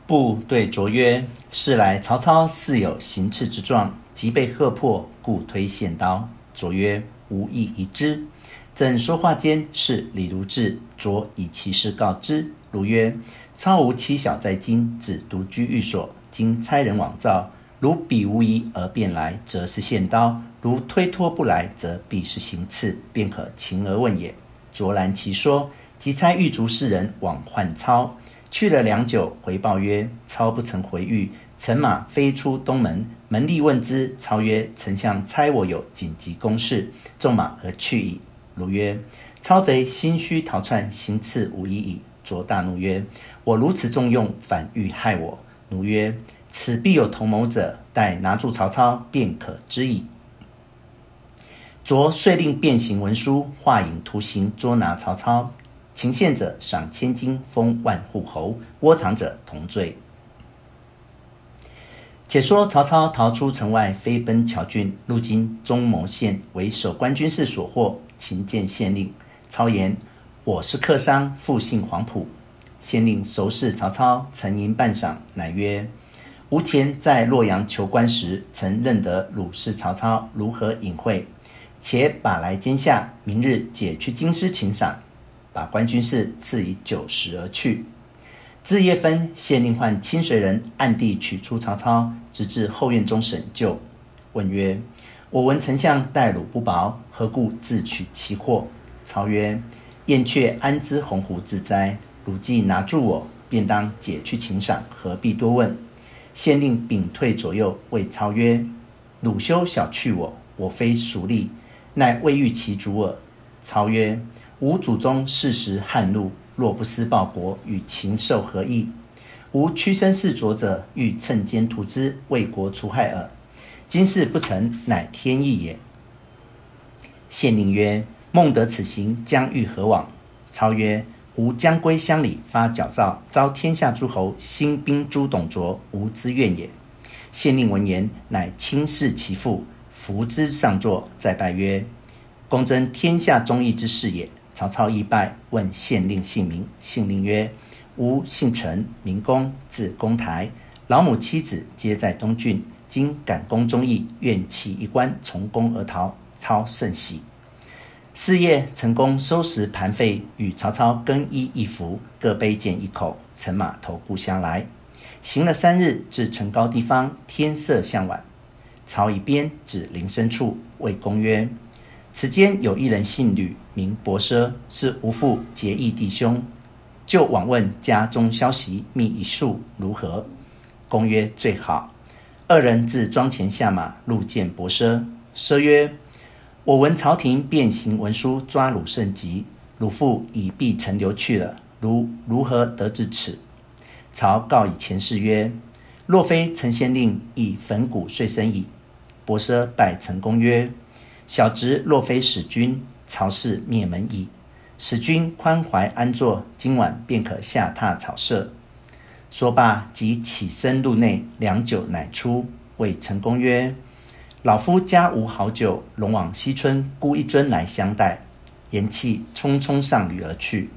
布对卓曰：是来曹操似有行刺之状，即被喝破，故推献刀。卓曰：无意疑之。正说话间，是李儒至，卓以其事告之。儒曰：操无妻小在京，只独居寓所，今差人往召，如彼无疑而便来，则是献刀；如推脱不来，则必是行刺，便可擒而问也。卓然其说，即差狱卒士人往唤操。去了良久，回报曰：操不曾回狱，乘马飞出东门，门吏问之，操曰：丞相差我有紧急公事，纵马而去矣。儒曰：操贼心虚逃窜，行刺无疑矣。卓大怒曰：我如此重用，反欲害我。奴曰：此必有同谋者，待拿住曹操，便可知矣。卓遂令变形文书，画影图形，捉拿曹操。擒献者赏千金，封万户侯；窝藏者同罪。且说曹操逃出城外，飞奔谯郡，路经中牟县，为守关军事所获，擒见县令。操言：我是客商，复姓黄埔。县令熟视曹操，沉吟半晌，乃曰：吾前在洛阳求官时，曾认得鲁氏曹操如何隐晦，且把来监下，明日解去京师请赏。把关军事赐以酒食而去。至夜分，县令唤亲随人暗地取出曹操，直至后院中审究。问曰：我闻丞相待鲁不薄，何故自取其祸？操曰：燕雀安知鸿鹄之哉？鲁既拿住我，便当解去请赏，何必多问？县令屏退左右，谓操曰：鲁休小觑我，我非蜀吏，乃未遇其主耳。操曰：吾祖宗世时悍怒，若不思报国，与禽兽何异？吾屈身事卓者，欲趁奸图之，为国除害耳。今事不成，乃天意也。县令曰：孟得此行，将欲何往？操曰：吾将归乡里，发矫诏，召天下诸侯兴兵诛董卓，吾之愿也。县令闻言，乃轻视其父，扶之上座，再拜曰：公争天下忠义之事也。曹操亦拜，问县令姓名。县令曰：吾姓陈，名公，字公台，老母妻子皆在东郡，今感公忠义，愿弃一官，从公而逃。操甚喜。是夜，陈公收拾盘费，与曹操更衣一服，各杯见一口，乘马投故乡来。行了3日，至城高地方，天色向晚。操以鞭指林深处，谓公曰：此间有一人姓吕，名伯奢，是吾父结义弟兄，就往问家中消息，觅一宿如何？公曰：最好。二人自庄前下马，路见伯奢。奢曰：我闻朝廷变形文书，抓鲁甚急，鲁父已避陈留去了，如何得至此？曹告以前事曰：若非陈县令，已焚骨碎身矣。伯奢拜陈公曰：小侄若非使君，曹氏灭门矣。使君宽怀安坐，今晚便可下榻草舍。说罢，即起身入内，良久乃出，谓陈公曰：老夫家无好酒，容往西村沽一樽来相待。言讫，匆匆上履而去。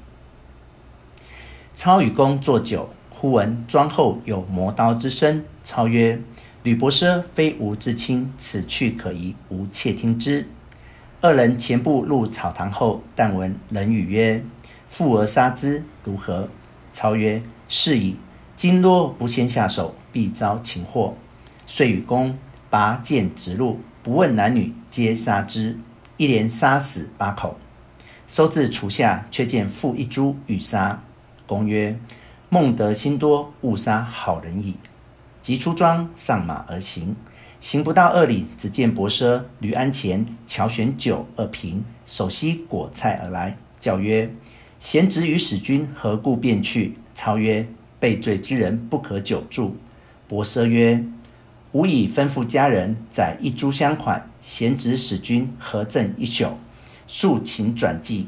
操与公坐酒，忽闻庄后有磨刀之声。操曰：吕伯奢非吾之亲，此去可疑，吾窃听之。二人前步入草堂后，但闻人语曰：负而杀之，如何？操曰：是矣，今若不先下手，必遭擒获。遂与公拔剑直入，不问男女，皆杀之，一连杀死8口。收至厨下，却见父一株欲杀。公曰：孟德心多，误杀好人矣。即出庄，上马而行。行不到2里，只见伯奢、吕安前乔选酒2瓶，手携果菜而来，叫曰：贤侄与使君何故便去？操曰：被罪之人不可久住。伯奢曰：吾已吩咐家人载1株香款，贤侄使君合赠1宿，速请转寄。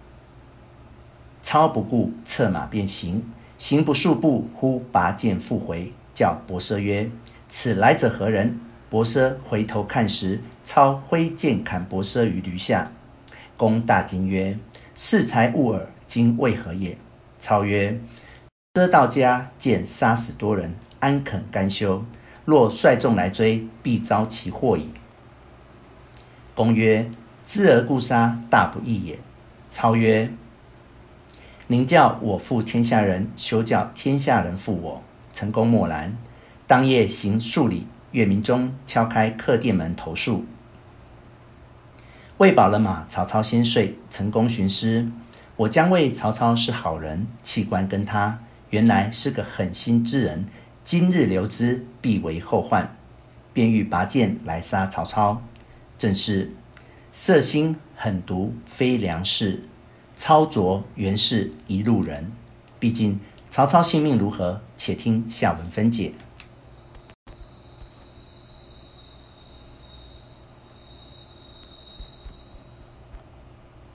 操不顾，策马便行。行不数步，忽拔剑复回，叫伯奢曰：此来者何人？伯奢回头看时，操挥剑砍伯奢于驴下。公大惊曰：适才误耳，今为何也？操曰： 遮到家，见杀死多人，安肯甘休？若率众来追，必遭其祸矣。公曰：知而故杀，大不义也。操曰：宁叫我负天下人，休叫天下人负我。成公默然。当夜行数里，月明中敲开客店门投宿。喂饱了马，曹操先睡。成公寻思：我将谓曹操是好人，弃官跟他，原来是个狠心之人。今日留之，必为后患。便欲拔剑来杀曹操。正是色心狠毒，非良士。操拙原是一路人。毕竟曹操性命如何？且听下文分解。